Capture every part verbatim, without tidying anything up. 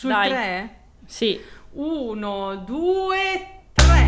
Sul Dai. tre? Sì. Uno, due, tre.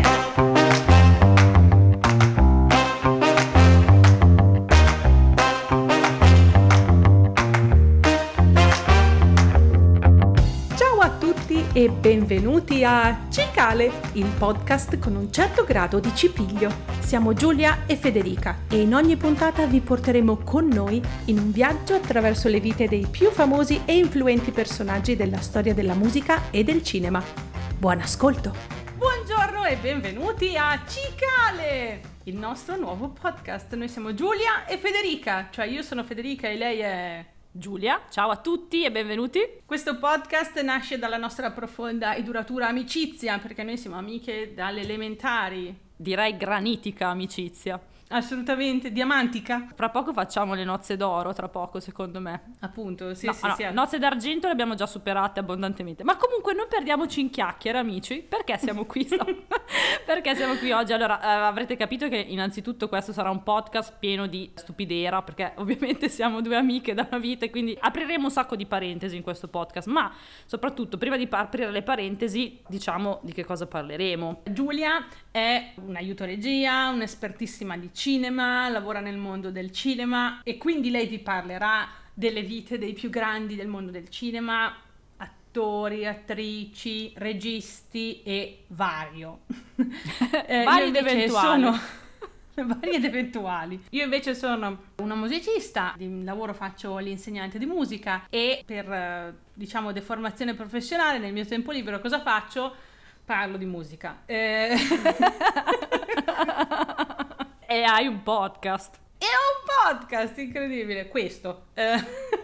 Ciao a tutti e benvenuti a Cicale, il podcast con un certo grado di cipiglio. Siamo Giulia e Federica e in ogni puntata vi porteremo con noi in un viaggio attraverso le vite dei più famosi e influenti personaggi della storia della musica e del cinema. Buon ascolto! Buongiorno e benvenuti a Cicale, il nostro nuovo podcast. Noi siamo Giulia e Federica, cioè io sono Federica e lei è... Giulia, ciao a tutti e benvenuti. Questo podcast nasce dalla nostra profonda e duratura amicizia, perché noi siamo amiche dalle elementari. Direi granitica amicizia. Assolutamente, diamantica. Fra poco facciamo le nozze d'oro, tra poco secondo me. Appunto, sì, no, sì, no, sì. Nozze d'argento le abbiamo già superate abbondantemente. Ma comunque non perdiamoci in chiacchiere, amici. Perché siamo qui? Perché siamo qui oggi? Allora, eh, avrete capito che innanzitutto questo sarà un podcast pieno di stupidera, perché ovviamente siamo due amiche da una vita e quindi apriremo un sacco di parentesi in questo podcast. Ma soprattutto, prima di aprire le parentesi, diciamo di che cosa parleremo. Giulia è un aiuto regia, un'espertissima di cinema, lavora nel mondo del cinema e quindi lei vi parlerà delle vite dei più grandi del mondo del cinema, attori, attrici, registi e vario. eh, Vari ed eventuali. Sono... vari ed eventuali. Io invece sono una musicista, di lavoro faccio l'insegnante di musica e per, diciamo, deformazione professionale nel mio tempo libero cosa faccio? Parlo di musica. Eh... E hai un podcast. E ho un podcast, incredibile, questo. Eh...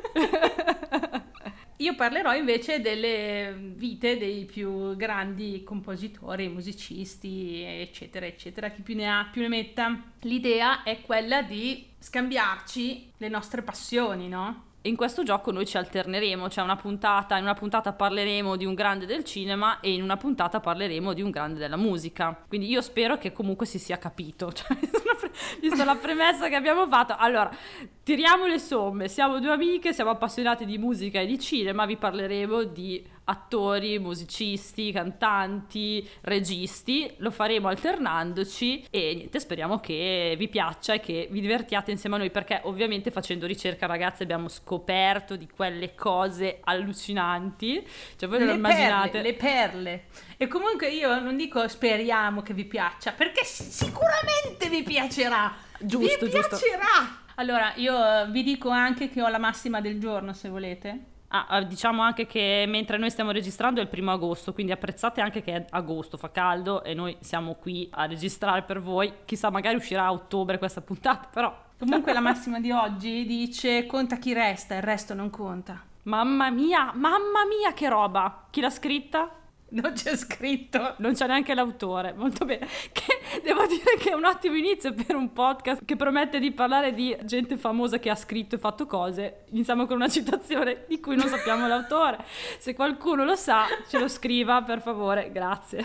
Io parlerò invece delle vite dei più grandi compositori, musicisti, eccetera, eccetera, chi più ne ha più ne metta. L'idea è quella di scambiarci le nostre passioni, no? In questo gioco noi ci alterneremo, cioè una puntata, in una puntata parleremo di un grande del cinema e in una puntata parleremo di un grande della musica. Quindi io spero che comunque si sia capito, cioè, visto la premessa che abbiamo fatto. Allora, tiriamo le somme, siamo due amiche, siamo appassionate di musica e di cinema, vi parleremo di attori, musicisti, cantanti, registi, lo faremo alternandoci e niente, speriamo che vi piaccia e che vi divertiate insieme a noi, perché ovviamente facendo ricerca, ragazzi, abbiamo scoperto di quelle cose allucinanti, cioè voi non lo immaginate. Perle, le perle. E comunque io non dico speriamo che vi piaccia, perché sicuramente vi piacerà. Giusto, vi giusto. piacerà. Allora, io vi dico anche che ho la massima del giorno, se volete. Ah, diciamo anche che mentre noi stiamo registrando è il primo agosto, quindi apprezzate anche che è agosto, fa caldo e noi siamo qui a registrare per voi. Chissà, magari uscirà a ottobre questa puntata, però... Comunque la massima di oggi dice conta chi resta, il resto non conta. Mamma mia, mamma mia che roba! Chi l'ha scritta? Non c'è scritto. Non c'è neanche l'autore, molto bene. Che devo dire che è un ottimo inizio per un podcast che promette di parlare di gente famosa che ha scritto e fatto cose. Iniziamo con una citazione di cui non sappiamo l'autore. Se qualcuno lo sa, ce lo scriva, per favore, grazie.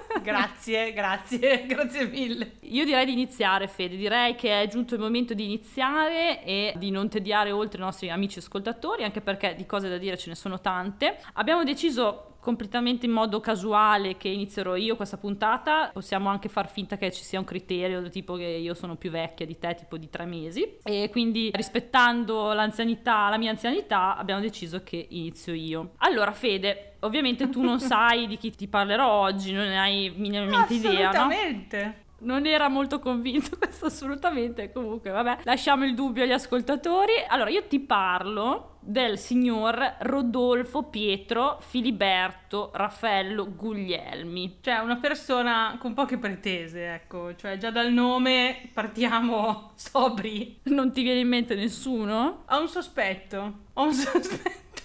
Grazie, grazie, grazie mille. Io direi di iniziare, Fede, direi che è giunto il momento di iniziare e di non tediare oltre i nostri amici ascoltatori, anche perché di cose da dire ce ne sono tante. Abbiamo deciso completamente in modo casuale che inizierò io questa puntata, possiamo anche far finta che ci sia un criterio del tipo che io sono più vecchia di te, tipo di tre mesi, e quindi rispettando l'anzianità, la mia anzianità, abbiamo deciso che inizio io. Allora, Fede, ovviamente tu non sai di chi ti parlerò oggi, non ne hai minimamente idea, no? Assolutamente. Non era molto convinto questo, assolutamente. Comunque vabbè, lasciamo il dubbio agli ascoltatori. Allora io ti parlo del signor Rodolfo Pietro Filiberto Raffaello Guglielmi, cioè una persona con poche pretese, ecco, cioè già dal nome partiamo sobri. Non ti viene in mente nessuno? Ho un sospetto, ho un sospetto.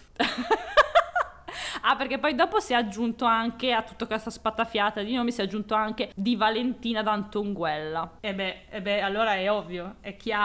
Ah, perché poi dopo si è aggiunto anche a tutta questa spattafiata di nomi, si è aggiunto anche Di Valentina d'Antonguella. E beh, e beh, allora è ovvio, è chiaro.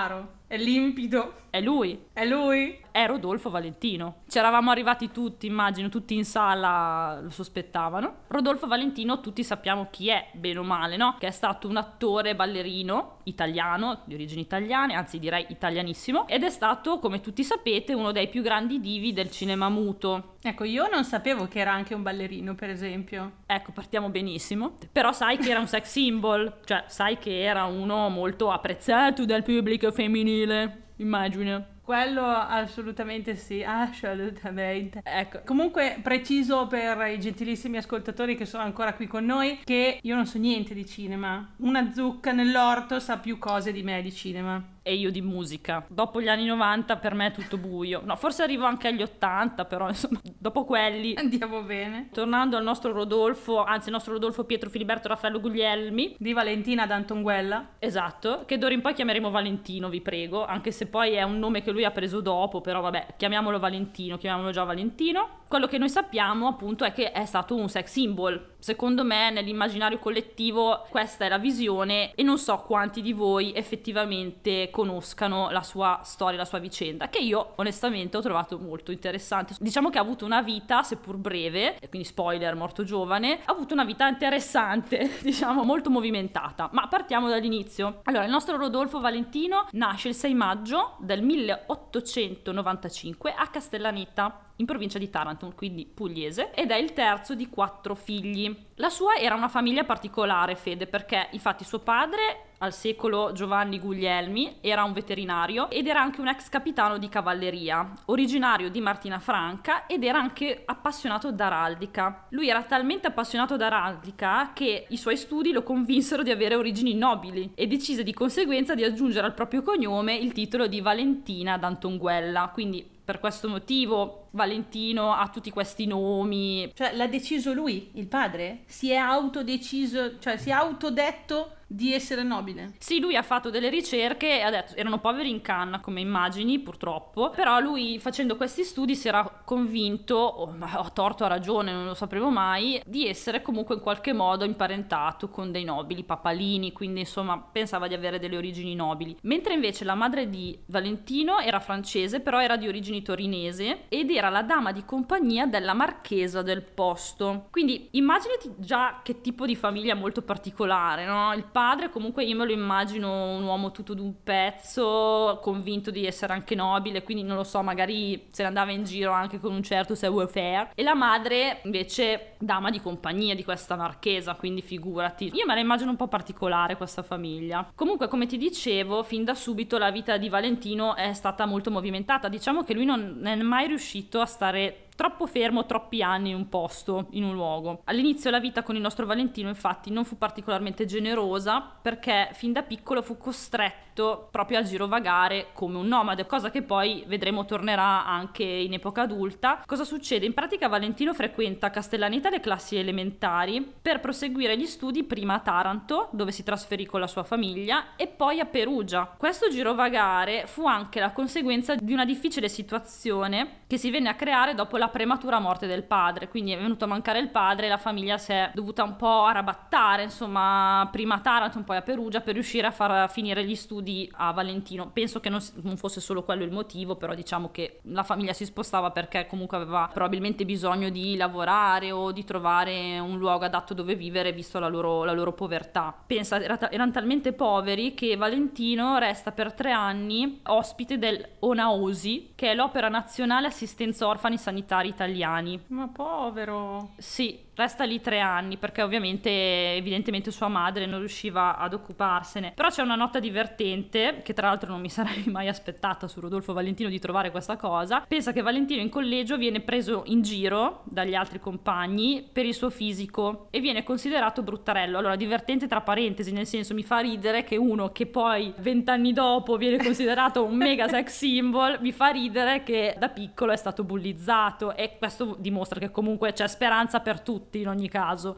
È limpido. È lui. È lui? È Rodolfo Valentino. Ci eravamo arrivati tutti, immagino, tutti in sala lo sospettavano. Rodolfo Valentino, tutti sappiamo chi è, bene o male, no? Che è stato un attore ballerino italiano, di origini italiane, anzi direi italianissimo, ed è stato, come tutti sapete, uno dei più grandi divi del cinema muto. Ecco, io non sapevo che era anche un ballerino, per esempio. Ecco, partiamo benissimo. Però sai che era un sex symbol, cioè sai che era uno molto apprezzato dal pubblico femminile, immagino. Quello assolutamente sì, assolutamente. Ecco. Comunque preciso per i gentilissimi ascoltatori che sono ancora qui con noi che io non so niente di cinema. Una zucca nell'orto sa più cose di me di cinema. E io di musica. Dopo gli anni novanta per me è tutto buio. No, forse arrivo anche agli ottanta, però insomma, dopo quelli... Andiamo bene. Tornando al nostro Rodolfo, anzi il nostro Rodolfo Pietro Filiberto Raffaello Guglielmi. Di Valentina d'Antonguella. Esatto, che d'ora in poi chiameremo Valentino, vi prego, anche se poi è un nome che lui ha preso dopo, però vabbè, chiamiamolo Valentino, chiamiamolo già Valentino. Quello che noi sappiamo appunto è che è stato un sex symbol. Secondo me nell'immaginario collettivo questa è la visione e non so quanti di voi effettivamente conoscano la sua storia, la sua vicenda, che io onestamente ho trovato molto interessante. Diciamo che ha avuto una vita, seppur breve, e quindi spoiler, morto giovane, ha avuto una vita interessante, diciamo molto movimentata. Ma partiamo dall'inizio. Allora, il nostro Rodolfo Valentino nasce il sei maggio del milleottocentonovantacinque a Castellaneta, in provincia di Taranto, quindi pugliese, ed è il terzo di quattro figli. La sua era una famiglia particolare, Fede, perché infatti suo padre, al secolo Giovanni Guglielmi, era un veterinario ed era anche un ex capitano di cavalleria, originario di Martina Franca, ed era anche appassionato d'araldica. Lui era talmente appassionato d'araldica che i suoi studi lo convinsero di avere origini nobili e decise di conseguenza di aggiungere al proprio cognome il titolo di Valentina d'Antonguella, quindi per questo motivo Valentino ha tutti questi nomi. Cioè l'ha deciso lui, il padre? Si è autodeciso, cioè si è autodetto di essere nobile? Sì, lui ha fatto delle ricerche e ha detto, erano poveri in canna come immagini purtroppo, però lui facendo questi studi si era convinto, o a torto o a ragione, non lo sapremo mai, di essere comunque in qualche modo imparentato con dei nobili papalini, quindi insomma pensava di avere delle origini nobili. Mentre invece la madre di Valentino era francese, però era di origini torinese ed era la dama di compagnia della marchesa del posto. Quindi immaginati già che tipo di famiglia molto particolare, no? Il padre comunque io me lo immagino un uomo tutto d'un pezzo, convinto di essere anche nobile, quindi non lo so, magari se ne andava in giro anche con un certo savoir-faire, e la madre invece dama di compagnia di questa marchesa, quindi figurati. Io me la immagino un po' particolare questa famiglia. Comunque, come ti dicevo, fin da subito la vita di Valentino è stata molto movimentata. Diciamo che lui non è mai riuscito a stare troppo fermo troppi anni in un posto, in un luogo. All'inizio la vita con il nostro Valentino infatti non fu particolarmente generosa, perché fin da piccolo fu costretto proprio a girovagare come un nomade, cosa che poi vedremo tornerà anche in epoca adulta. Cosa succede? In pratica Valentino frequenta a Castellaneta le classi elementari per proseguire gli studi prima a Taranto, dove si trasferì con la sua famiglia, e poi a Perugia. Questo girovagare fu anche la conseguenza di una difficile situazione che si venne a creare dopo la prematura morte del padre, quindi è venuto a mancare il padre e la famiglia si è dovuta un po' arrabattare, insomma, prima a Taranto un poi a Perugia per riuscire a far finire gli studi a Valentino. Penso che non, non fosse solo quello il motivo, però diciamo che la famiglia si spostava perché comunque aveva probabilmente bisogno di lavorare o di trovare un luogo adatto dove vivere, visto la loro, la loro povertà. Pensa, era, erano talmente poveri che Valentino resta per tre anni ospite del ONAOSI, che è l'Opera Nazionale Assistenza Orfani Sanitari italiani. Ma povero. Sì, resta lì tre anni perché ovviamente evidentemente sua madre non riusciva ad occuparsene. Però c'è una nota divertente che tra l'altro non mi sarei mai aspettata su Rodolfo Valentino di trovare questa cosa. Pensa che Valentino in collegio viene preso in giro dagli altri compagni per il suo fisico e viene considerato bruttarello. Allora, divertente tra parentesi, nel senso, mi fa ridere che uno che poi vent'anni dopo viene considerato un mega sex symbol, mi fa ridere che da piccolo è stato bullizzato, e questo dimostra che comunque c'è speranza per tutti in ogni caso.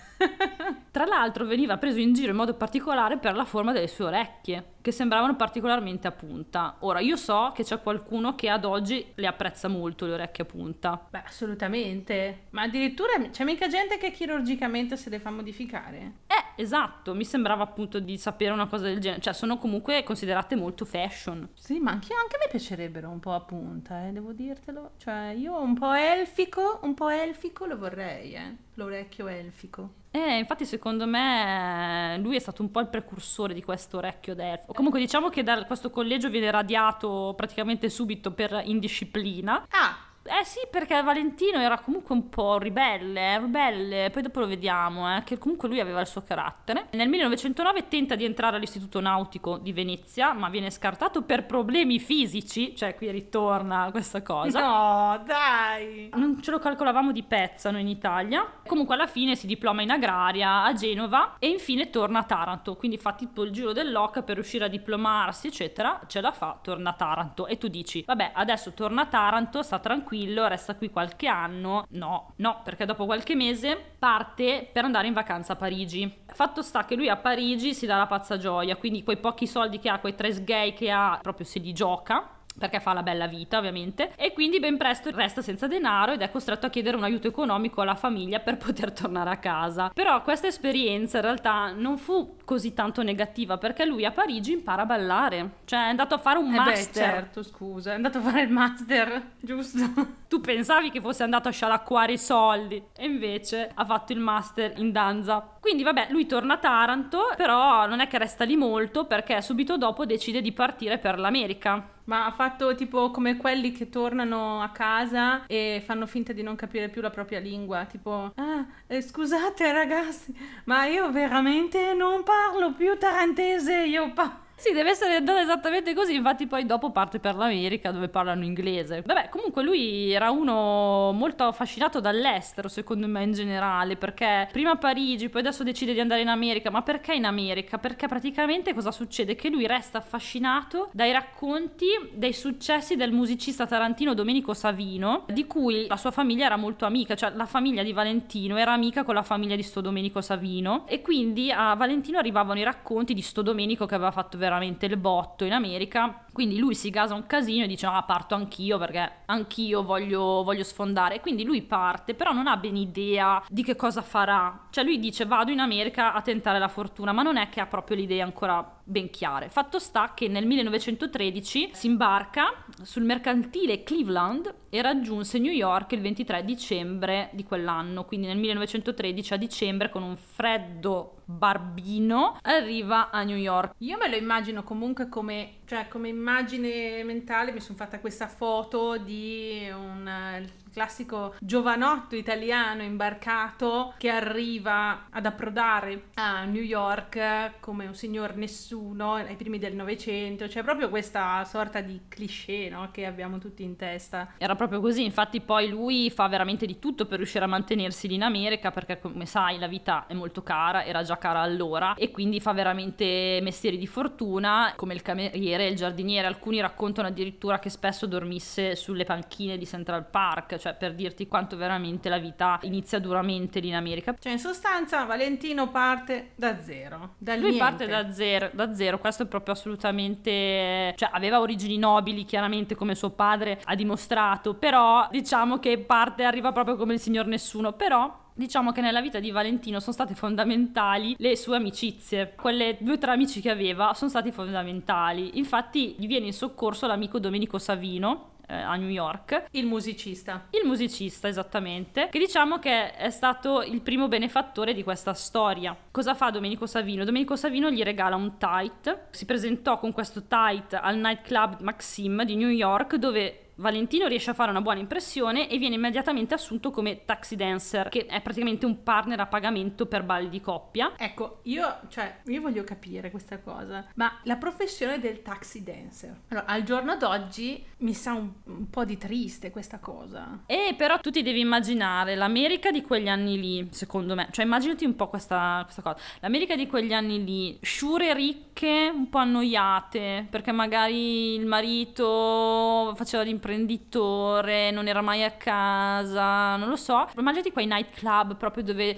Tra l'altro veniva preso in giro in modo particolare per la forma delle sue orecchie, che sembravano particolarmente a punta. Ora, io so che c'è qualcuno che ad oggi le apprezza molto le orecchie a punta. Beh, assolutamente. Ma addirittura c'è mica gente che chirurgicamente se le fa modificare? Eh, esatto, mi sembrava appunto di sapere una cosa del genere, cioè sono comunque considerate molto fashion. Sì, ma anche, anche a me piacerebbero un po' a punta, eh, devo dirtelo. Cioè, io un po' elfico, un po' elfico lo vorrei, eh, l'orecchio elfico. Eh, infatti secondo me lui è stato un po' il precursore di questo orecchio d'elfo. Comunque diciamo che da questo collegio viene radiato praticamente subito per indisciplina. Ah! Eh sì, perché Valentino era comunque un po' ribelle, eh, ribelle, poi dopo lo vediamo, eh, che comunque lui aveva il suo carattere. Nel millenovecentonove tenta di entrare all'Istituto Nautico di Venezia, ma viene scartato per problemi fisici, cioè qui ritorna questa cosa. No, dai! Non ce lo calcolavamo di pezza noi in Italia. Comunque alla fine si diploma in agraria a Genova e infine torna a Taranto, quindi fa tipo il giro dell'oca per riuscire a diplomarsi, eccetera, ce la fa, torna a Taranto e tu dici, vabbè, adesso torna a Taranto, sta tranquillo, resta qui qualche anno. No, no, perché dopo qualche mese parte per andare in vacanza a Parigi. Fatto sta che lui a Parigi si dà la pazza gioia, quindi quei pochi soldi che ha, quei tre sgay che ha, proprio se li gioca, perché fa la bella vita ovviamente, e quindi ben presto resta senza denaro ed è costretto a chiedere un aiuto economico alla famiglia per poter tornare a casa. Però questa esperienza in realtà non fu così tanto negativa, perché lui a Parigi impara a ballare, cioè è andato a fare un Eh master. beh, certo, scusa, è andato a fare il master, giusto? Tu pensavi che fosse andato a scialacquare i soldi e invece ha fatto il master in danza. Quindi vabbè, lui torna a Taranto, però non è che resta lì molto, perché subito dopo decide di partire per l'America. Ma ha fatto tipo come quelli che tornano a casa e fanno finta di non capire più la propria lingua, tipo, ah, eh, scusate ragazzi, ma io veramente non parlo più tarantese, io parlo... Sì, deve essere andata esattamente così, infatti poi dopo parte per l'America dove parlano inglese. Vabbè, comunque lui era uno molto affascinato dall'estero, secondo me in generale, perché prima a Parigi, poi adesso decide di andare in America. Ma perché in America? Perché praticamente cosa succede? Che lui resta affascinato dai racconti dei successi del musicista tarantino Domenico Savino, di cui la sua famiglia era molto amica, cioè la famiglia di Valentino era amica con la famiglia di sto Domenico Savino, e quindi a Valentino arrivavano i racconti di sto Domenico che aveva fatto veramente il botto in America, quindi lui si gasa un casino e dice no, parto anch'io perché anch'io voglio, voglio sfondare, quindi lui parte, però non ha ben idea di che cosa farà, cioè lui dice vado in America a tentare la fortuna, ma non è che ha proprio le idee ancora ben chiare. Fatto sta che nel millenovecentotredici si imbarca sul mercantile Cleveland e raggiunse New York il ventitré dicembre di quell'anno, quindi nel millenovecentotredici a dicembre, con un freddo barbino, arriva a New York. Io me lo immagino comunque come, cioè come immagine mentale, mi sono fatta questa foto di un eh, classico giovanotto italiano imbarcato che arriva ad approdare a New York come un signor nessuno ai primi del Novecento, cioè proprio questa sorta di cliché, no, che abbiamo tutti in testa. Era proprio così, infatti poi lui fa veramente di tutto per riuscire a mantenersi lì in America, perché come sai la vita è molto cara, era già cara allora, e quindi fa veramente mestieri di fortuna come il cameriere e il giardiniere. Alcuni raccontano addirittura che spesso dormisse sulle panchine di Central Park, cioè per dirti quanto veramente la vita inizia duramente lì in America. Cioè in sostanza Valentino parte da zero, dal lui niente. parte da zero, da zero, questo è proprio assolutamente, cioè aveva origini nobili chiaramente come suo padre ha dimostrato, però diciamo che parte, arriva proprio come il signor nessuno. Però diciamo che nella vita di Valentino sono state fondamentali le sue amicizie, quelle due o tre amici che aveva sono stati fondamentali. Infatti gli viene in soccorso l'amico Domenico Savino eh, a New York, il musicista il musicista esattamente, che diciamo che è stato il primo benefattore di questa storia. Cosa fa Domenico Savino? Domenico Savino gli regala un tight, si presentò con questo tight al nightclub Maxim di New York, dove Valentino riesce a fare una buona impressione e viene immediatamente assunto come taxi dancer, che è praticamente un partner a pagamento per balli di coppia. Ecco, io, cioè, io voglio capire questa cosa, ma la professione del taxi dancer, allora, al giorno d'oggi mi sa un, un po' di triste questa cosa. E però tu ti devi immaginare l'America di quegli anni lì, secondo me, cioè immaginati un po' questa, questa cosa, l'America di quegli anni lì, sciure ricche, un po' annoiate, perché magari il marito faceva l'impresa imprenditore, non era mai a casa, non lo so. Immaginati quei nightclub proprio dove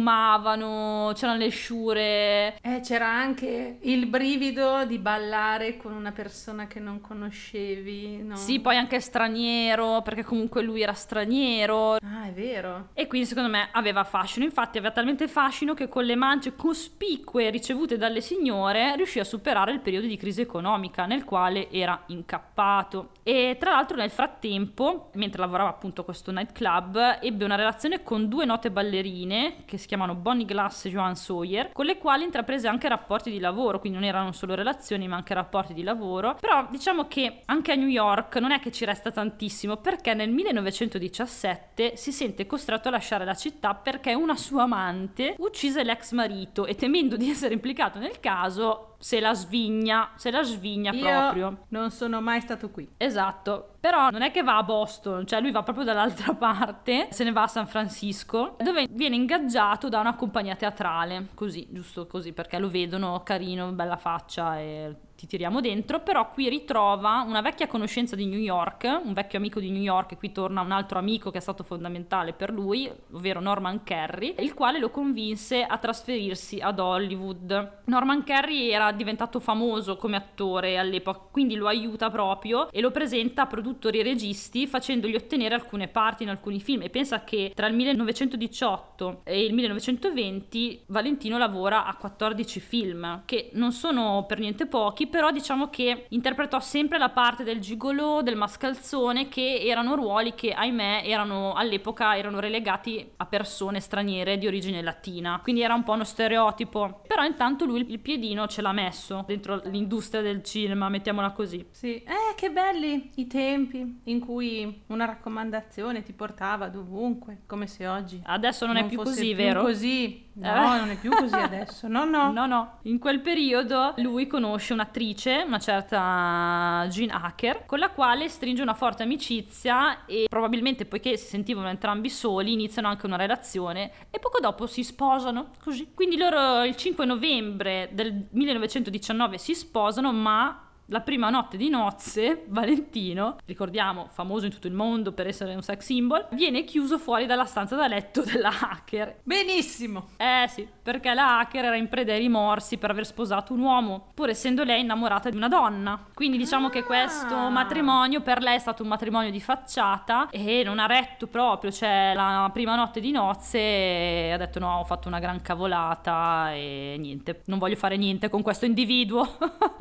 fumavano, c'erano le sciure. Eh, c'era anche il brivido di ballare con una persona che non conoscevi, no? Sì, poi anche straniero, perché comunque lui era straniero. Ah, è vero. E quindi secondo me aveva fascino, infatti aveva talmente fascino che con le mance cospicue ricevute dalle signore riuscì a superare il periodo di crisi economica nel quale era incappato. E tra l'altro nel frattempo, mentre lavorava appunto a questo nightclub, ebbe una relazione con due note ballerine che si chiamano Bonnie Glass e Joan Sawyer, con le quali intraprese anche rapporti di lavoro, quindi non erano solo relazioni ma anche rapporti di lavoro. Però diciamo che anche a New York non è che ci resta tantissimo, perché nel millenovecentodiciassette si sente costretto a lasciare la città perché una sua amante uccise l'ex marito e, temendo di essere implicato nel caso, se la svigna, se la svigna Io proprio. non sono mai stato qui. Esatto, però non è che va a Boston, cioè lui va proprio dall'altra parte, se ne va a San Francisco, dove viene ingaggiato da una compagnia teatrale, così, giusto così, perché lo vedono carino, bella faccia e ti tiriamo dentro. Però qui ritrova una vecchia conoscenza di New York, un vecchio amico di New York, e qui torna un altro amico che è stato fondamentale per lui, ovvero Norman Kerry, il quale lo convinse a trasferirsi ad Hollywood. Norman Kerry era diventato famoso come attore all'epoca, quindi lo aiuta proprio e lo presenta a produttori e registi, facendogli ottenere alcune parti in alcuni film. E pensa che tra il millenovecentodiciotto e il millenovecentoventi Valentino lavora a quattordici film, che non sono per niente pochi, però diciamo che interpretò sempre la parte del gigolò, del mascalzone, che erano ruoli che ahimè erano all'epoca erano relegati a persone straniere di origine latina, quindi era un po' uno stereotipo. Però intanto lui il piedino ce l'ha messo dentro l'industria del cinema, mettiamola così. Sì, eh, che belli i tempi in cui una raccomandazione ti portava dovunque, come se oggi adesso non, non è più fosse così, più vero? Così. No, non è più così adesso. No, no. No, no. In quel periodo lui conosce un'attrice, una certa Jean Acker, con la quale stringe una forte amicizia e probabilmente, poiché si sentivano entrambi soli, iniziano anche una relazione e poco dopo si sposano, così. Quindi loro il cinque novembre del millenovecentodiciannove si sposano, ma la prima notte di nozze, Valentino, ricordiamo, famoso in tutto il mondo per essere un sex symbol, viene chiuso fuori dalla stanza da letto della hacker. Benissimo! Eh sì, perché la hacker era in preda ai rimorsi per aver sposato un uomo, pur essendo lei innamorata di una donna. Quindi diciamo ah. che questo matrimonio per lei è stato un matrimonio di facciata e non ha retto proprio, cioè la prima notte di nozze ha detto no, ho fatto una gran cavolata e niente, non voglio fare niente con questo individuo.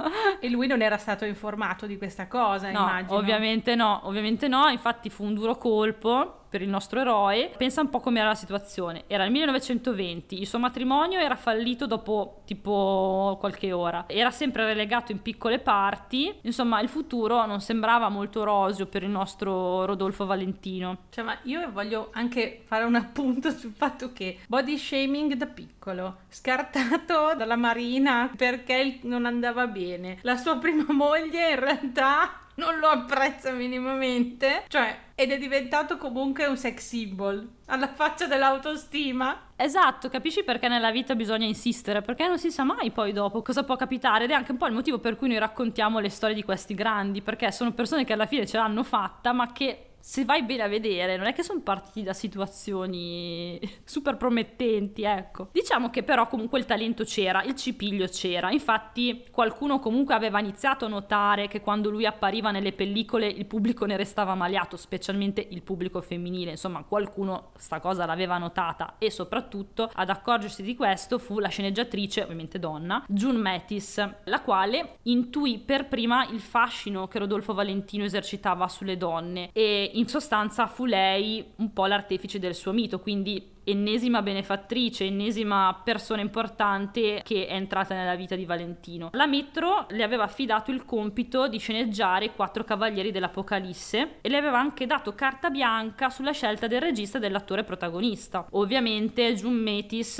E lui non era stato informato di questa cosa, no, immagino. Ovviamente no, ovviamente no, infatti fu un duro colpo per il nostro eroe. Pensa un po' com'era la situazione. Era il millenovecentoventi, il suo matrimonio era fallito dopo tipo qualche ora, era sempre relegato in piccole parti, insomma il futuro non sembrava molto roseo per il nostro Rodolfo Valentino. Cioè, ma io voglio anche fare un appunto sul fatto che body shaming da piccolo, scartato dalla marina perché non andava bene, la sua prima moglie in realtà non lo apprezza minimamente, cioè, ed è diventato comunque un sex symbol alla faccia dell'autostima. Esatto, capisci perché nella vita bisogna insistere, perché non si sa mai poi dopo cosa può capitare, ed è anche un po' il motivo per cui noi raccontiamo le storie di questi grandi, perché sono persone che alla fine ce l'hanno fatta, ma che se vai bene a vedere non è che sono partiti da situazioni super promettenti, ecco. Diciamo che però comunque il talento c'era, il cipiglio c'era, infatti qualcuno comunque aveva iniziato a notare che quando lui appariva nelle pellicole il pubblico ne restava maliato, specialmente il pubblico femminile, insomma qualcuno sta cosa l'aveva notata, e soprattutto ad accorgersi di questo fu la sceneggiatrice, ovviamente donna, June Mathis, la quale intuì per prima il fascino che Rodolfo Valentino esercitava sulle donne, e in sostanza fu lei un po' l'artefice del suo mito, quindi ennesima benefattrice, ennesima persona importante che è entrata nella vita di Valentino. La Metro le aveva affidato il compito di sceneggiare i Quattro Cavalieri dell'Apocalisse e le aveva anche dato carta bianca sulla scelta del regista e dell'attore protagonista. Ovviamente June Mathis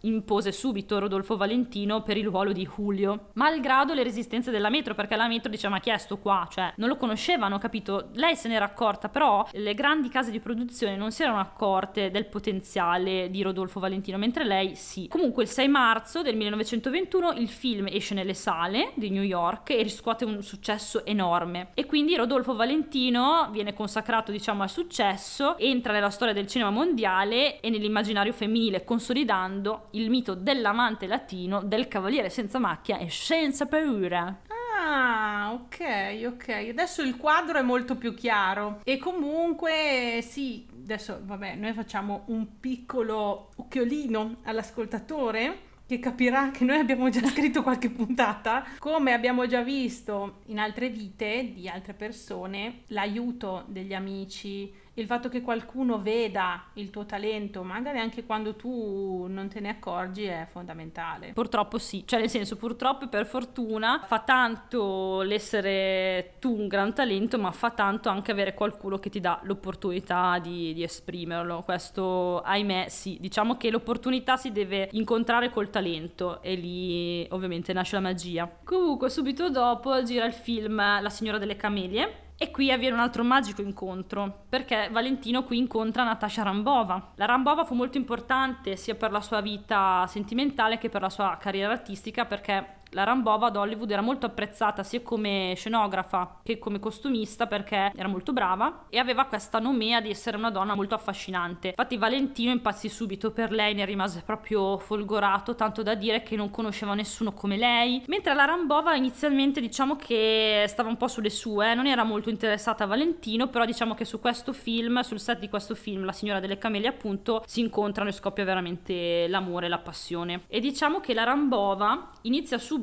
impose subito Rodolfo Valentino per il ruolo di Julio, malgrado le resistenze della Metro, perché la Metro diceva: ma chi è sto qua? Cioè non lo conoscevano, capito? Lei se n'era accorta, però le grandi case di produzione non si erano accorte del potenziale di Rodolfo Valentino, mentre lei sì. Comunque il sei marzo del millenovecentoventuno il film esce nelle sale di New York e riscuote un successo enorme, e quindi Rodolfo Valentino viene consacrato, diciamo, al successo, entra nella storia del cinema mondiale e nell'immaginario femminile, consolidando il mito dell'amante latino, del cavaliere senza macchia e senza paura. Ah, ok, ok. Adesso il quadro è molto più chiaro. E comunque, sì, adesso, vabbè, noi facciamo un piccolo occhiolino all'ascoltatore che capirà che noi abbiamo già scritto qualche puntata. Come abbiamo già visto in altre vite di altre persone, l'aiuto degli amici, il fatto che qualcuno veda il tuo talento, magari anche quando tu non te ne accorgi, è fondamentale. Purtroppo sì, cioè nel senso, purtroppo e per fortuna fa tanto l'essere tu un gran talento, ma fa tanto anche avere qualcuno che ti dà l'opportunità di, di esprimerlo. Questo, ahimè, sì, diciamo che l'opportunità si deve incontrare col talento e lì ovviamente nasce la magia. Comunque subito dopo gira il film La signora delle camelie. E qui avviene un altro magico incontro, perché Valentino qui incontra Natasha Rambova. La Rambova fu molto importante sia per la sua vita sentimentale che per la sua carriera artistica, perché la Rambova ad Hollywood era molto apprezzata sia come scenografa che come costumista, perché era molto brava e aveva questa nomea di essere una donna molto affascinante. Infatti Valentino impazzì subito per lei, ne rimase proprio folgorato, tanto da dire che non conosceva nessuno come lei, mentre la Rambova inizialmente, diciamo, che stava un po' sulle sue, non era molto interessata a Valentino, però diciamo che su questo film, sul set di questo film, La signora delle camelie appunto, si incontrano e scoppia veramente l'amore e la passione. E diciamo che la Rambova inizia subito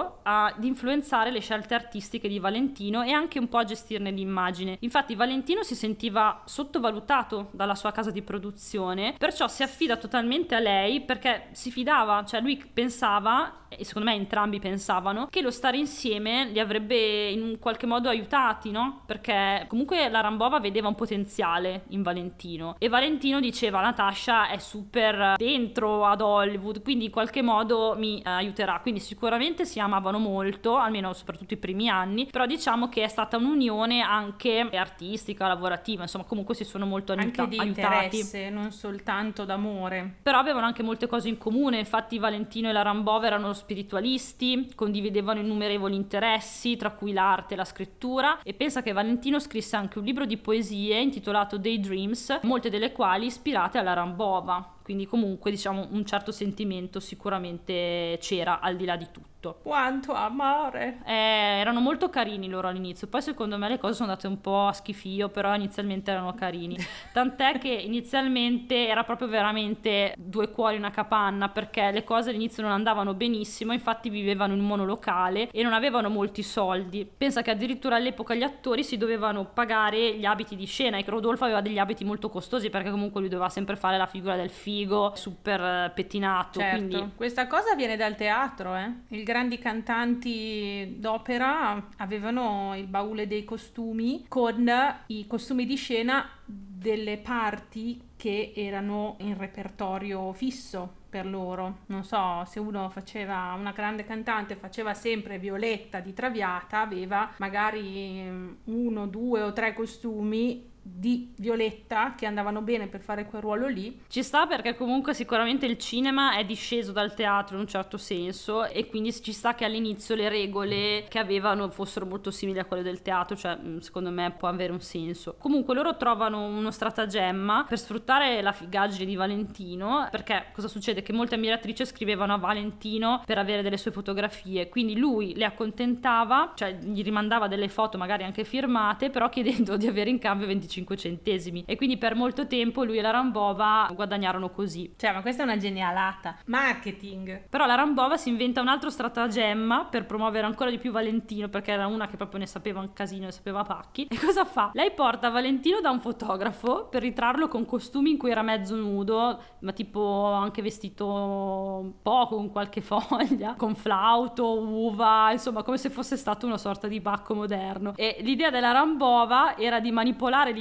ad influenzare le scelte artistiche di Valentino e anche un po' a gestirne l'immagine. Infatti Valentino si sentiva sottovalutato dalla sua casa di produzione, perciò si affida totalmente a lei, perché si fidava, cioè lui pensava, e secondo me entrambi pensavano, che lo stare insieme li avrebbe in un qualche modo aiutati, no? Perché comunque la Rambova vedeva un potenziale in Valentino e Valentino diceva: Natasha è super dentro ad Hollywood, quindi in qualche modo mi eh, aiuterà. Quindi sicuramente si amavano molto, almeno soprattutto i primi anni, però diciamo che è stata un'unione anche artistica, lavorativa, insomma comunque si sono molto aiuta- anche di aiutati. interesse, non soltanto d'amore. Però avevano anche molte cose in comune, infatti Valentino e la Rambova erano spiritualisti, condividevano innumerevoli interessi, tra cui l'arte e la scrittura, e pensa che Valentino scrisse anche un libro di poesie intitolato Daydreams, molte delle quali ispirate alla Rambova. Quindi comunque diciamo un certo sentimento sicuramente c'era al di là di tutto. Quanto amore! Eh, erano molto carini loro all'inizio, poi secondo me le cose sono andate un po' a schifio, però inizialmente erano carini. Tant'è che inizialmente era proprio veramente due cuori una capanna, perché le cose all'inizio non andavano benissimo, infatti vivevano in un monolocale e non avevano molti soldi. Pensa che addirittura all'epoca gli attori si dovevano pagare gli abiti di scena e che Rodolfo aveva degli abiti molto costosi, perché comunque lui doveva sempre fare la figura del figo super pettinato. Certo, quindi questa cosa viene dal teatro, eh. I grandi cantanti d'opera avevano il baule dei costumi con i costumi di scena delle parti che erano in repertorio fisso per loro. Non so, se uno faceva, una grande cantante faceva sempre Violetta di Traviata, aveva magari uno, due o tre costumi di Violetta che andavano bene per fare quel ruolo lì. Ci sta, perché comunque sicuramente il cinema è disceso dal teatro in un certo senso, e quindi ci sta che all'inizio le regole che avevano fossero molto simili a quelle del teatro, cioè secondo me può avere un senso. Comunque loro trovano uno stratagemma per sfruttare la figaggine di Valentino, perché cosa succede? Che molte ammiratrici scrivevano a Valentino per avere delle sue fotografie, quindi lui le accontentava, cioè gli rimandava delle foto magari anche firmate, però chiedendo di avere in cambio venticinque centesimi, e quindi per molto tempo lui e la Rambova guadagnarono così. Cioè, ma questa è una genialata, marketing. Però la Rambova si inventa un altro stratagemma per promuovere ancora di più Valentino, perché era una che proprio ne sapeva un casino, ne sapeva pacchi. E cosa fa? Lei porta Valentino da un fotografo per ritrarlo con costumi in cui era mezzo nudo, ma tipo anche vestito un po' con qualche foglia, con flauto, uva, insomma come se fosse stato una sorta di Bacco moderno. E l'idea della Rambova era di manipolare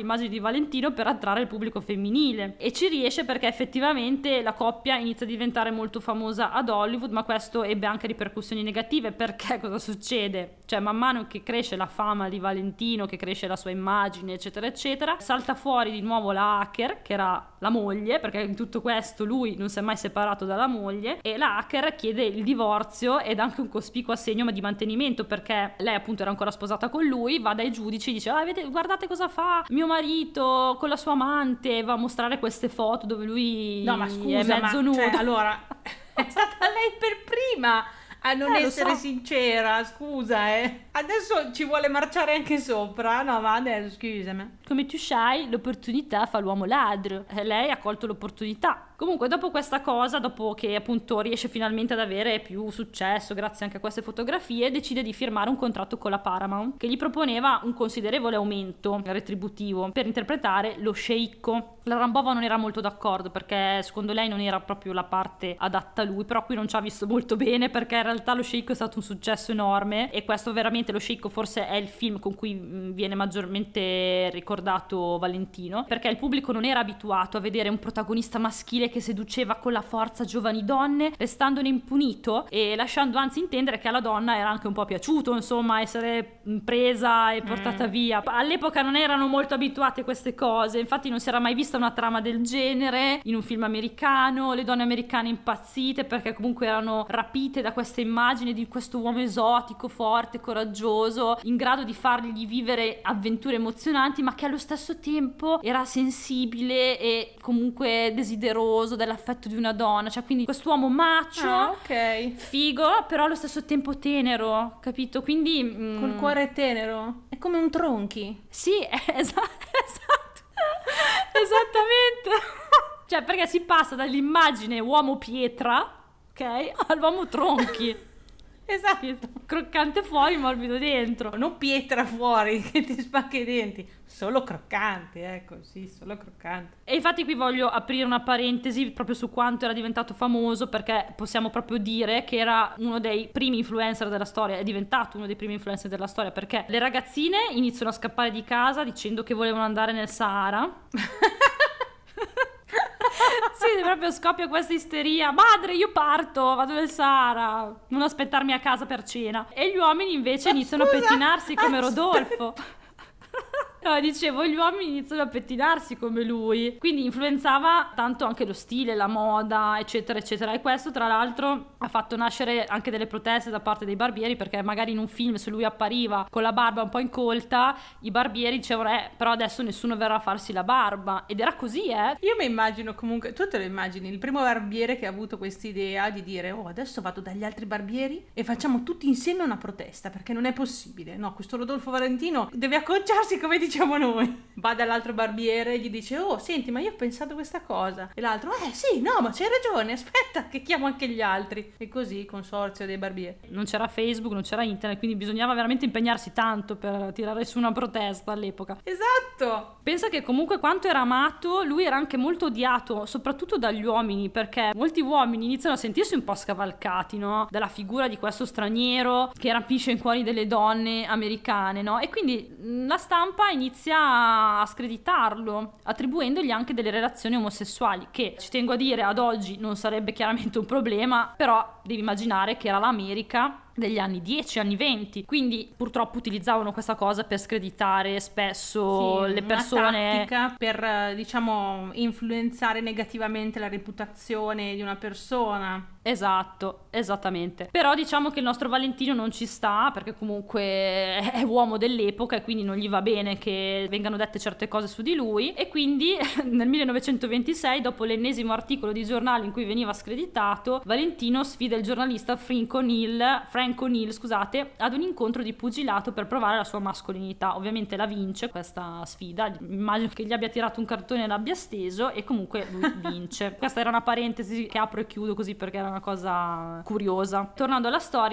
l'immagine di Valentino per attrarre il pubblico femminile, e ci riesce perché effettivamente la coppia inizia a diventare molto famosa ad Hollywood, ma questo ebbe anche ripercussioni negative, perché cosa succede? Cioè man mano che cresce la fama di Valentino, che cresce la sua immagine eccetera eccetera, salta fuori di nuovo la hacker, che era la moglie, perché in tutto questo lui non si è mai separato dalla moglie, e la hacker chiede il divorzio ed anche un cospicuo assegno di mantenimento, perché lei appunto era ancora sposata con lui, va dai giudici e dice ah, vedete, guardate cosa fa mio marito con la sua amante, va a mostrare queste foto dove lui no, ma scusa, è mezzo ma, nudo. Cioè, allora è stata lei per prima a non eh, essere so. sincera, scusa, eh. Adesso ci vuole marciare anche sopra, no, ma adesso scusami. Come tu sai, l'opportunità fa l'uomo ladro, e lei ha colto l'opportunità. Comunque dopo questa cosa, dopo che appunto riesce finalmente ad avere più successo grazie anche a queste fotografie, decide di firmare un contratto con la Paramount che gli proponeva un considerevole aumento retributivo per interpretare lo sceicco. La Rambova non era molto d'accordo perché secondo lei non era proprio la parte adatta a lui, però qui non ci ha visto molto bene perché in realtà lo sceicco è stato un successo enorme, e questo veramente, lo sceicco forse è il film con cui viene maggiormente ricordato Valentino, perché il pubblico non era abituato a vedere un protagonista maschile che seduceva con la forza giovani donne, restandone impunito e lasciando anzi intendere che alla donna era anche un po' piaciuto insomma essere presa e portata mm. via. All'epoca non erano molto abituate a queste cose, infatti non si era mai vista una trama del genere in un film americano, le donne americane impazzite perché comunque erano rapite da questa immagine di questo uomo esotico, forte, coraggioso, in grado di fargli vivere avventure emozionanti, ma che allo stesso tempo era sensibile e comunque desideroso dell'affetto di una donna, cioè quindi quest'uomo macho, ah, okay. figo, però allo stesso tempo tenero, capito? Quindi mm, col cuore tenero, è come un Tronchi. sì, esatto, esatto. Esattamente. Cioè perché si passa dall'immagine uomo pietra, ok, all'uomo Tronchi. Esatto. Croccante fuori, morbido dentro. Non pietra fuori che ti spacca i denti, solo croccante, ecco, sì, solo croccante. E infatti qui voglio aprire una parentesi proprio su quanto era diventato famoso, perché possiamo proprio dire che era uno dei primi influencer della storia, è diventato uno dei primi influencer della storia, perché le ragazzine iniziano a scappare di casa dicendo che volevano andare nel Sahara. Sì, proprio scoppia questa isteria. Madre, io parto, vado nel Sahara, non aspettarmi a casa per cena. E gli uomini invece Ma iniziano scusa, a pettinarsi come aspetta. Rodolfo. No, dicevo, gli uomini iniziano a pettinarsi come lui, quindi influenzava tanto anche lo stile, la moda, eccetera eccetera, e questo tra l'altro ha fatto nascere anche delle proteste da parte dei barbieri, perché magari in un film se lui appariva con la barba un po' incolta, i barbieri dicevano eh però adesso nessuno verrà a farsi la barba, ed era così, eh. Io mi immagino comunque, tu te lo immagini, il primo barbiere che ha avuto quest'idea di dire oh adesso vado dagli altri barbieri e facciamo tutti insieme una protesta, perché non è possibile, no, questo Rodolfo Valentino deve acconciarsi come diciamo noi. Va dall'altro barbiere e gli dice oh senti ma io ho pensato questa cosa, e l'altro eh sì no ma c'hai ragione, aspetta che chiamo anche gli altri, e così consorzio dei barbieri. Non c'era Facebook, non c'era internet, quindi bisognava veramente impegnarsi tanto per tirare su una protesta all'epoca. Esatto. Pensa che comunque quanto era amato, lui era anche molto odiato, soprattutto dagli uomini, perché molti uomini iniziano a sentirsi un po' scavalcati, no? Dalla figura di questo straniero che rapisce i cuori delle donne americane, no? E quindi la stampa inizia a screditarlo, attribuendogli anche delle relazioni omosessuali, che ci tengo a dire ad oggi non sarebbe chiaramente un problema, però devi immaginare che era l'America degli anni dieci, anni venti, quindi purtroppo utilizzavano questa cosa per screditare spesso sì, le persone, una tattica per diciamo influenzare negativamente la reputazione di una persona. Esatto, esattamente. Però diciamo che il nostro Valentino non ci sta, perché comunque è uomo dell'epoca e quindi non gli va bene che vengano dette certe cose su di lui, e quindi nel millenovecentoventisei, dopo l'ennesimo articolo di giornale in cui veniva screditato, Valentino sfida il giornalista Frank O'Neill, Frank O'Neill, scusate, ad un incontro di pugilato per provare la sua mascolinità. Ovviamente la vince questa sfida, immagino che gli abbia tirato un cartone e l'abbia steso, e comunque lui vince. Questa era una parentesi che apro e chiudo così perché era una cosa curiosa. Tornando alla storia,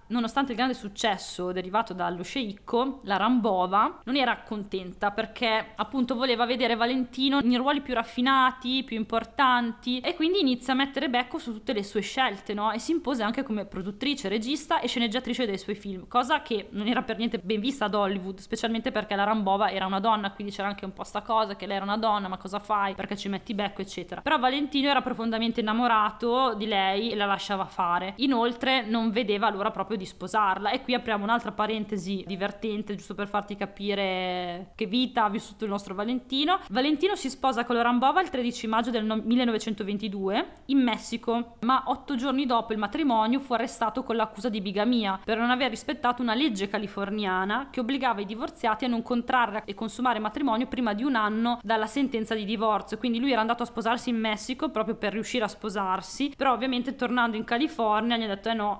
nonostante il grande successo derivato dallo sceicco, la Rambova non era contenta perché appunto voleva vedere Valentino in ruoli più raffinati, più importanti, e quindi inizia a mettere becco su tutte le sue scelte, no? E si impose anche come produttrice, regista e sceneggiatrice dei suoi film, cosa che non era per niente ben vista ad Hollywood, specialmente perché la Rambova era una donna, quindi c'era anche un po' sta cosa che lei era una donna, ma cosa fai, perché ci metti becco, eccetera. Però Valentino era profondamente innamorato di lei e la lasciava fare. Inoltre non vedeva l'ora proprio di sposarla, e qui apriamo un'altra parentesi divertente giusto per farti capire che vita ha vissuto il nostro Valentino. Valentino si sposa con la Rambova il tredici maggio del millenovecentoventidue in Messico, ma otto giorni dopo il matrimonio fu arrestato con l'accusa di bigamia per non aver rispettato una legge californiana che obbligava i divorziati a non contrarre e consumare matrimonio prima di un anno dalla sentenza di divorzio. Quindi lui era andato a sposarsi in Messico proprio per riuscire a sposarsi, però ovviamente tornando in California gli ha detto eh no,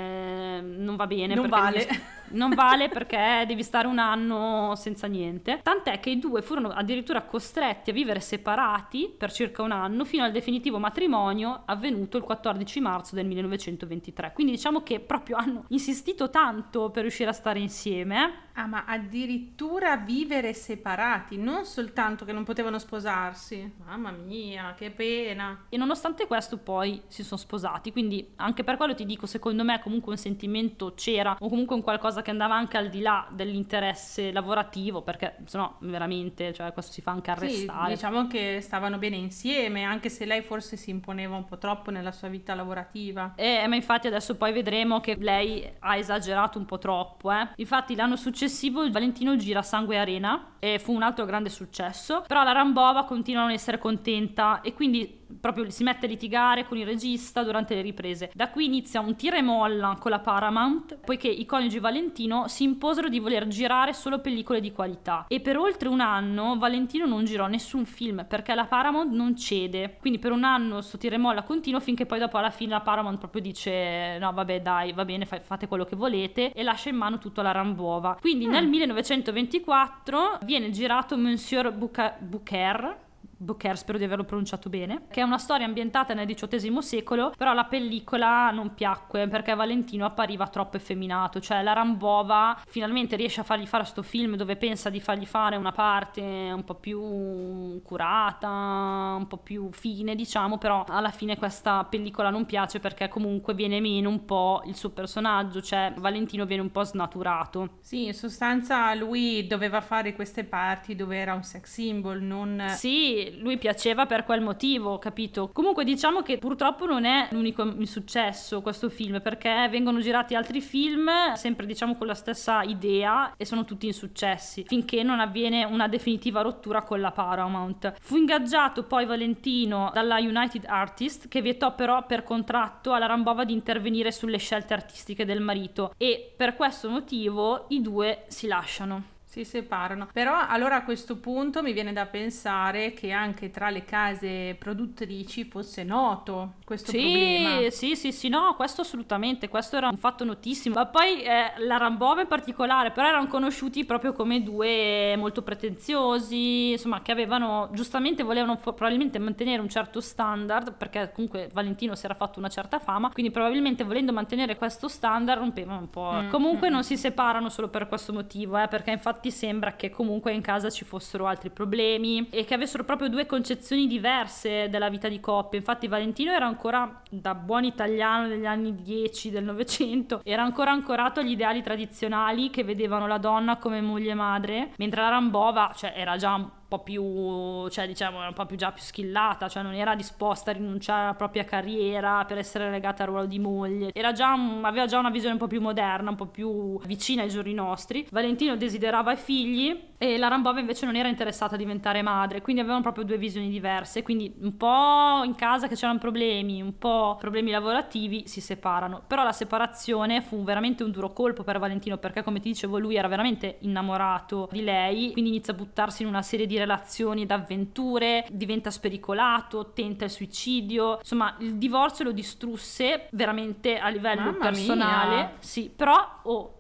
eh non va bene, non vale devi, non vale perché devi stare un anno senza niente, tant'è che i due furono addirittura costretti a vivere separati per circa un anno fino al definitivo matrimonio avvenuto il quattordici marzo del millenovecentoventitré. Quindi diciamo che proprio hanno insistito tanto per riuscire a stare insieme. Ah, ma addirittura vivere separati, non soltanto che non potevano sposarsi. Mamma mia, che pena. E nonostante questo poi si sono sposati, quindi anche per quello ti dico, secondo me comunque un sentimento c'era, o comunque un qualcosa che andava anche al di là dell'interesse lavorativo, perché sennò veramente, cioè questo si fa anche arrestare. Sì, diciamo che stavano bene insieme, anche se lei forse si imponeva un po' troppo nella sua vita lavorativa. Eh, ma infatti adesso poi vedremo che lei ha esagerato un po' troppo, eh. Infatti l'anno successivo Valentino gira Sangue Arena e fu un altro grande successo, però la Rambova continua a non essere contenta e quindi proprio si mette a litigare con il regista durante le riprese. Da qui inizia un tira e molla con la Paramount, poiché i coniugi Valentino si imposero di voler girare solo pellicole di qualità, e per oltre un anno Valentino non girò nessun film perché la Paramount non cede. Quindi per un anno sto tira e molla continuo, finché poi dopo alla fine la Paramount proprio dice no vabbè dai, va bene, fate quello che volete, e lascia in mano tutto alla Rambova. Quindi mm. nel millenovecentoventiquattro viene girato Monsieur Bouquer Bouquer, spero di averlo pronunciato bene, che è una storia ambientata nel diciottesimo secolo, però la pellicola non piacque perché Valentino appariva troppo effeminato, cioè la Rambova finalmente riesce a fargli fare sto film dove pensa di fargli fare una parte un po' più curata, un po' più fine diciamo, però alla fine questa pellicola non piace perché comunque viene meno un po' il suo personaggio, cioè Valentino viene un po' snaturato. Sì, in sostanza lui doveva fare queste parti dove era un sex symbol, non... Sì, lui piaceva per quel motivo, capito? Comunque diciamo che purtroppo non è l'unico insuccesso questo film, perché vengono girati altri film sempre diciamo con la stessa idea e sono tutti insuccessi finché non avviene una definitiva rottura con la Paramount. Fu ingaggiato poi Valentino dalla United Artists, che vietò però per contratto alla Rambova di intervenire sulle scelte artistiche del marito, e per questo motivo i due si lasciano. Si separano. Però allora a questo punto mi viene da pensare che anche tra le case produttrici fosse noto questo sì, problema. Sì, sì, sì, no, questo assolutamente, questo era un fatto notissimo. Ma poi eh, la Rambova in particolare, però erano conosciuti proprio come due molto pretenziosi, insomma, che avevano, giustamente volevano probabilmente mantenere un certo standard, perché comunque Valentino si era fatto una certa fama, quindi probabilmente volendo mantenere questo standard rompevano un po'. Mm, comunque mm. non si separano solo per questo motivo, eh, perché infatti sembra che comunque in casa ci fossero altri problemi e che avessero proprio due concezioni diverse della vita di coppia. Infatti Valentino era ancora, da buon italiano degli anni dieci del Novecento, era ancora ancorato agli ideali tradizionali che vedevano la donna come moglie e madre, mentre la Rambova, cioè, era già un po' più, cioè diciamo era un po' più già più skillata, cioè non era disposta a rinunciare alla propria carriera per essere legata al ruolo di moglie, era già un, aveva già una visione un po' più moderna, un po' più vicina ai giorni nostri. Valentino desiderava i figli e la Rambova invece non era interessata a diventare madre, quindi avevano proprio due visioni diverse, quindi un po' in casa che c'erano problemi, un po' problemi lavorativi, si separano. Però la separazione fu veramente un duro colpo per Valentino, perché come ti dicevo lui era veramente innamorato di lei, quindi inizia a buttarsi in una serie di relazioni d'avventure, diventa spericolato, tenta il suicidio, insomma il divorzio lo distrusse veramente a livello Mamma personale. mia. Sì, però oh,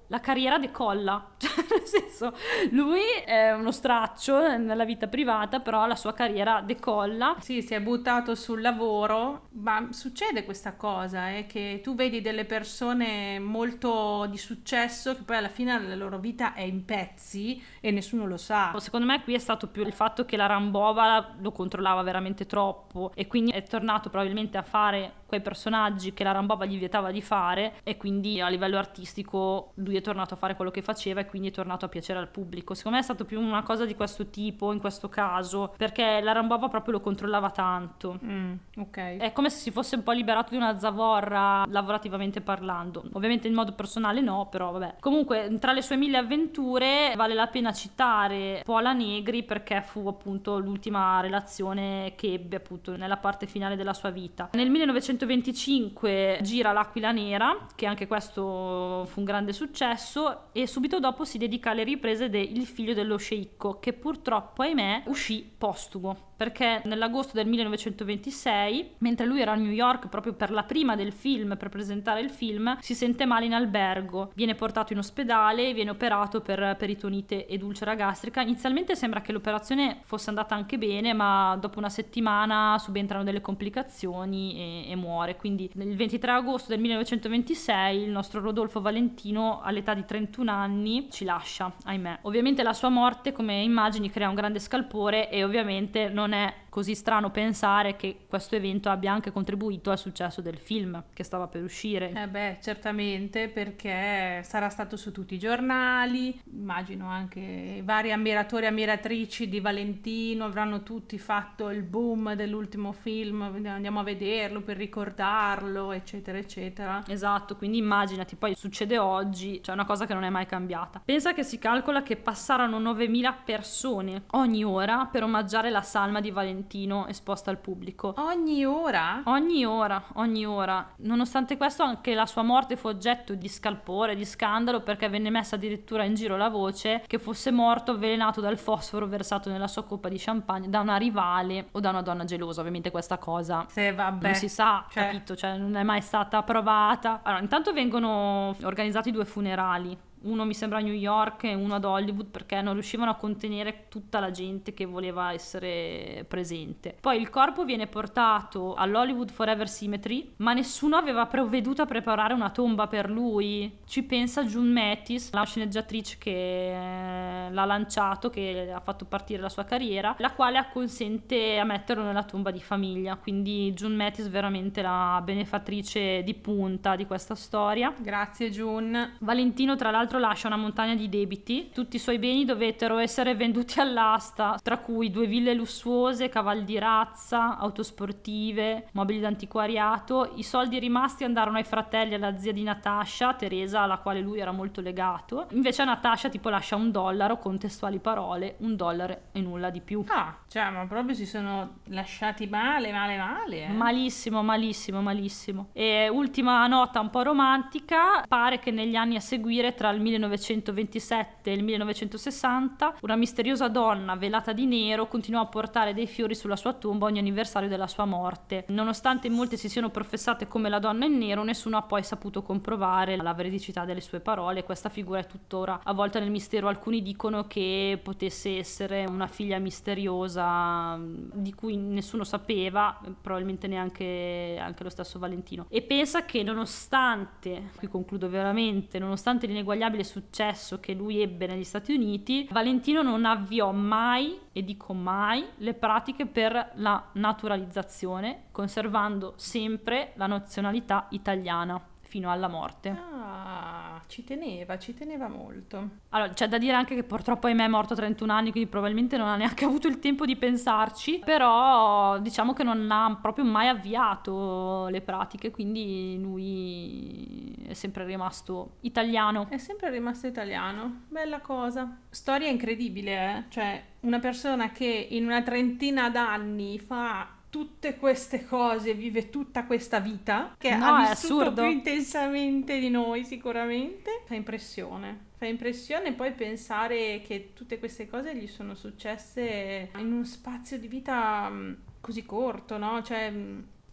la carriera decolla, cioè nel senso, lui è uno straccio nella vita privata, però la sua carriera decolla. Sì, si è buttato sul lavoro, ma succede questa cosa, eh, che tu vedi delle persone molto di successo che poi alla fine la loro vita è in pezzi e nessuno lo sa. Secondo me qui è stato più il fatto che la Rambova lo controllava veramente troppo e quindi è tornato probabilmente a fare quei personaggi che la Rambova gli vietava di fare, e quindi a livello artistico lui è tornato a fare quello che faceva e quindi è tornato a piacere al pubblico. Secondo me è stato più una cosa di questo tipo in questo caso, perché la Rambova proprio lo controllava tanto. Mm, ok. È come se si fosse un po' liberato di una zavorra lavorativamente parlando, ovviamente in modo personale no, però vabbè. Comunque tra le sue mille avventure vale la pena citare Pola Negri, perché fu appunto l'ultima relazione che ebbe appunto nella parte finale della sua vita. Nel millenovecentoventicinque gira L'Aquila Nera, che anche questo fu un grande successo, e subito dopo si dedica alle riprese de Il figlio dello sceicco, che purtroppo, ahimè, uscì postumo, perché nell'agosto del millenovecentoventisei, mentre lui era a New York proprio per la prima del film, per presentare il film, si sente male in albergo, viene portato in ospedale e viene operato per peritonite ed ulcera gastrica. Inizialmente sembra che l'operazione fosse andata anche bene, ma dopo una settimana subentrano delle complicazioni e, e muore. Quindi il ventitré agosto del millenovecentoventisei il nostro Rodolfo Valentino, all'età di trentuno anni, ci lascia, ahimè. Ovviamente la sua morte, come immagini, crea un grande scalpore, e ovviamente non è così strano pensare che questo evento abbia anche contribuito al successo del film che stava per uscire. Eh beh, certamente, perché sarà stato su tutti i giornali, immagino anche i vari ammiratori e ammiratrici di Valentino avranno tutti fatto il boom dell'ultimo film, andiamo a vederlo per ricordarlo, eccetera eccetera. Esatto, quindi immaginati, poi succede oggi, cioè una cosa che non è mai cambiata. Pensa che si calcola che passarono novemila persone ogni ora per omaggiare la salma di Valentino esposta al pubblico. Ogni ora? Ogni ora, ogni ora. Nonostante questo, anche la sua morte fu oggetto di scalpore, di scandalo, perché venne messa addirittura in giro la voce che fosse morto avvelenato dal fosforo versato nella sua coppa di champagne da una rivale o da una donna gelosa. Ovviamente questa cosa Se vabbè, non si sa, cioè... capito? Cioè non è mai stata provata. Allora, intanto vengono organizzati due funerali. Uno mi sembra a New York e uno ad Hollywood, perché non riuscivano a contenere tutta la gente che voleva essere presente. Poi il corpo viene portato all'Hollywood Forever Cemetery, ma nessuno aveva provveduto a preparare una tomba per lui. Ci pensa June Mathis, la sceneggiatrice che l'ha lanciato, che ha fatto partire la sua carriera, la quale acconsente a metterlo nella tomba di famiglia. Quindi June Mathis veramente la benefattrice di punta di questa storia. Grazie June. Valentino tra l'altro lascia una montagna di debiti. Tutti i suoi beni dovettero essere venduti all'asta, tra cui due ville lussuose, cavalli di razza, auto sportive, mobili d'antiquariato. I soldi rimasti andarono ai fratelli e alla zia di Natasha, Teresa, alla quale lui era molto legato. Invece a Natasha tipo lascia un dollaro con testuali parole: un dollaro e nulla di più. Ah, cioè, ma proprio si sono lasciati male, male, male. Eh? Malissimo, malissimo, malissimo. E ultima nota un po' romantica: pare che negli anni a seguire, tra il millenovecentoventisette e il millenovecentosessanta, una misteriosa donna velata di nero continuò a portare dei fiori sulla sua tomba ogni anniversario della sua morte. Nonostante molte si siano professate come la donna in nero, nessuno ha poi saputo comprovare la veridicità delle sue parole. Questa figura è tuttora avvolta nel mistero. Alcuni dicono che potesse essere una figlia misteriosa di cui nessuno sapeva, probabilmente neanche anche lo stesso Valentino. E pensa che nonostante, qui concludo veramente, nonostante l'ineguagliabile successo che lui ebbe negli Stati Uniti, Valentino non avviò mai, e dico mai, le pratiche per la naturalizzazione, conservando sempre la nazionalità italiana fino alla morte. Ah, ci teneva, ci teneva molto. Allora, c'è da dire anche che purtroppo ahimè è morto a trentuno anni, quindi probabilmente non ha neanche avuto il tempo di pensarci, però diciamo che non ha proprio mai avviato le pratiche, quindi lui è sempre rimasto italiano. È sempre rimasto italiano, bella cosa. Storia incredibile, eh? Cioè, una persona che in una trentina d'anni fa tutte queste cose, vive tutta questa vita, che no, ha è vissuto assurdo. più intensamente di noi sicuramente, fa impressione. Fa impressione poi pensare che tutte queste cose gli sono successe in uno spazio di vita così corto, no? Cioè...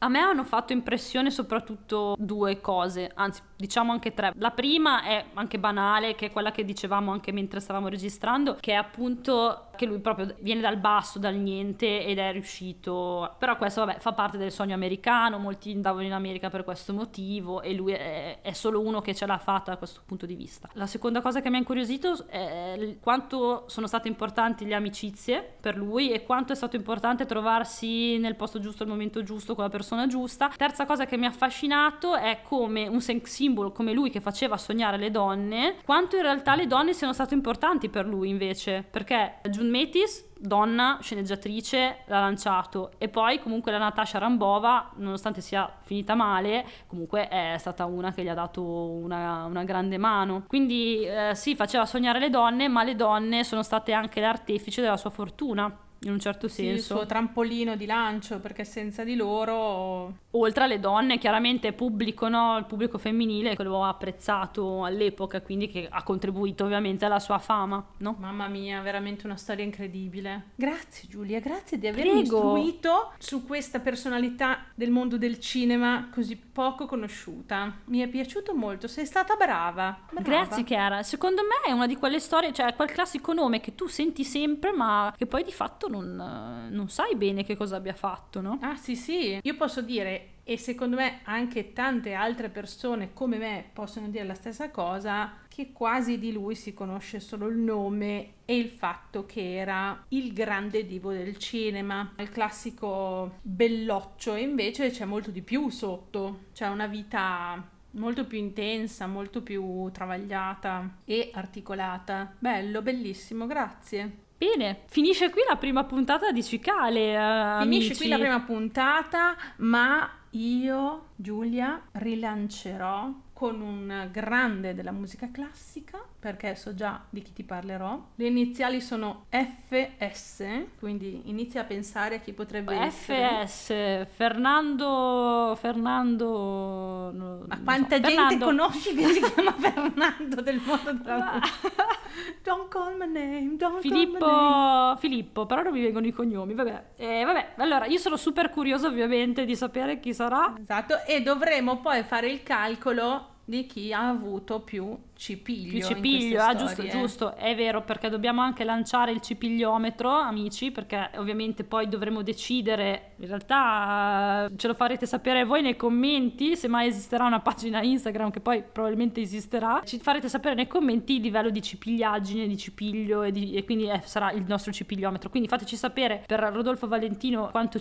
A me hanno fatto impressione soprattutto due cose, anzi diciamo anche tre. La prima è anche banale, che è quella che dicevamo anche mentre stavamo registrando, che è appunto che lui proprio viene dal basso, dal niente, ed è riuscito. Però questo vabbè fa parte del sogno americano, molti andavano in America per questo motivo e lui è, è solo uno che ce l'ha fatta da questo punto di vista. La seconda cosa che mi ha incuriosito è quanto sono state importanti le amicizie per lui e quanto è stato importante trovarsi nel posto giusto al momento giusto con la persona giusta. Terza cosa che mi ha affascinato è come un sex symbol come lui, che faceva sognare le donne, quanto in realtà le donne siano state importanti per lui invece, perché June Mathis, donna, sceneggiatrice, l'ha lanciato, e poi comunque la Natasha Rambova, nonostante sia finita male, comunque è stata una che gli ha dato una, una grande mano. Quindi eh, sì, faceva sognare le donne, ma le donne sono state anche l'artefice della sua fortuna, in un certo senso. Sì, il suo trampolino di lancio, perché senza di loro... Oltre alle donne, chiaramente pubblico, no? Il pubblico femminile che lo ha apprezzato all'epoca, quindi che ha contribuito ovviamente alla sua fama, no? Mamma mia, veramente una storia incredibile. Grazie Giulia, grazie di avermi Prego. istruito su questa personalità del mondo del cinema così poco conosciuta. Mi è piaciuto molto, sei stata brava. brava. Grazie Chiara, secondo me è una di quelle storie, cioè è quel classico nome che tu senti sempre ma che poi di fatto non, non sai bene che cosa abbia fatto, no? Ah sì sì, io posso dire, e secondo me anche tante altre persone come me possono dire la stessa cosa, che quasi di lui si conosce solo il nome e il fatto che era il grande divo del cinema, il classico belloccio, e invece c'è molto di più sotto, c'è una vita molto più intensa, molto più travagliata e articolata. Bello, bellissimo, grazie. Bene, finisce qui la prima puntata di Cicale, uh, Finisce amici. qui la prima puntata, ma io, Giulia, rilancerò con un grande della musica classica, perché so già di chi ti parlerò. Le iniziali sono F S, quindi inizia a pensare a chi potrebbe essere. F S, Fernando, Fernando... No, Ma quanta so, gente Fernando. conosci che si chiama Fernando del mondo della musica? Don't call my name, don't Filippo, call my name. Filippo, però non mi vengono i cognomi, vabbè. Eh, vabbè, allora io sono super curiosa ovviamente di sapere chi sarà. Esatto, e dovremo poi fare il calcolo di chi ha avuto più cipiglio. Più in cipiglio, queste ah giusto, storie. giusto, è vero, perché dobbiamo anche lanciare il cipigliometro, amici, perché ovviamente poi dovremo decidere, in realtà ce lo farete sapere voi nei commenti, se mai esisterà una pagina Instagram, che poi probabilmente esisterà, ci farete sapere nei commenti il livello di cipigliaggine, di cipiglio, e, di, e quindi eh, sarà il nostro cipigliometro, quindi fateci sapere per Rodolfo Valentino quanto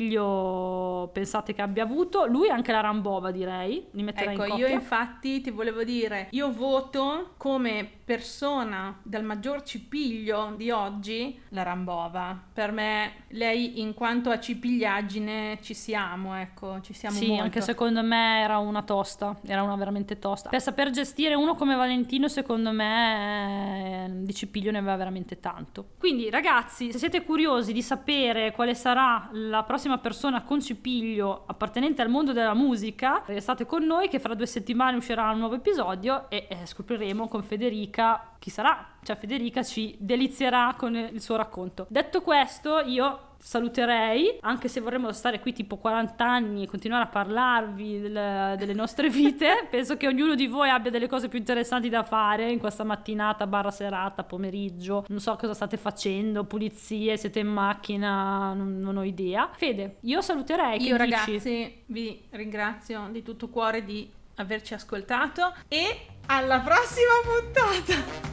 cipiglio pensate che abbia avuto, lui anche la Rambova direi, li metterà Ecco, in coppia. io infatti ti volevo dire, io voto come persona dal maggior cipiglio di oggi la Rambova. Per me lei, in quanto a cipigliaggine, ci siamo, ecco, ci siamo Sì, molto. anche secondo me era una tosta, era una veramente tosta. Per saper gestire uno come Valentino, secondo me eh, di cipiglio ne aveva veramente tanto. Quindi ragazzi, se siete curiosi di sapere quale sarà la prossima persona con cipiglio appartenente al mondo della musica, restate con noi che fra due settimane uscirà un nuovo episodio e eh, scopriremo con Federica chi sarà. Cioè Federica ci delizierà con il suo racconto. Detto questo, io saluterei, anche se vorremmo stare qui tipo quaranta anni e continuare a parlarvi del, delle nostre vite. Penso che ognuno di voi abbia delle cose più interessanti da fare in questa mattinata barra serata, pomeriggio, non so cosa state facendo, pulizie, siete in macchina, non, non ho idea. Fede, io saluterei. Che Io dici? ragazzi vi ringrazio di tutto cuore di averci ascoltato e alla prossima puntata!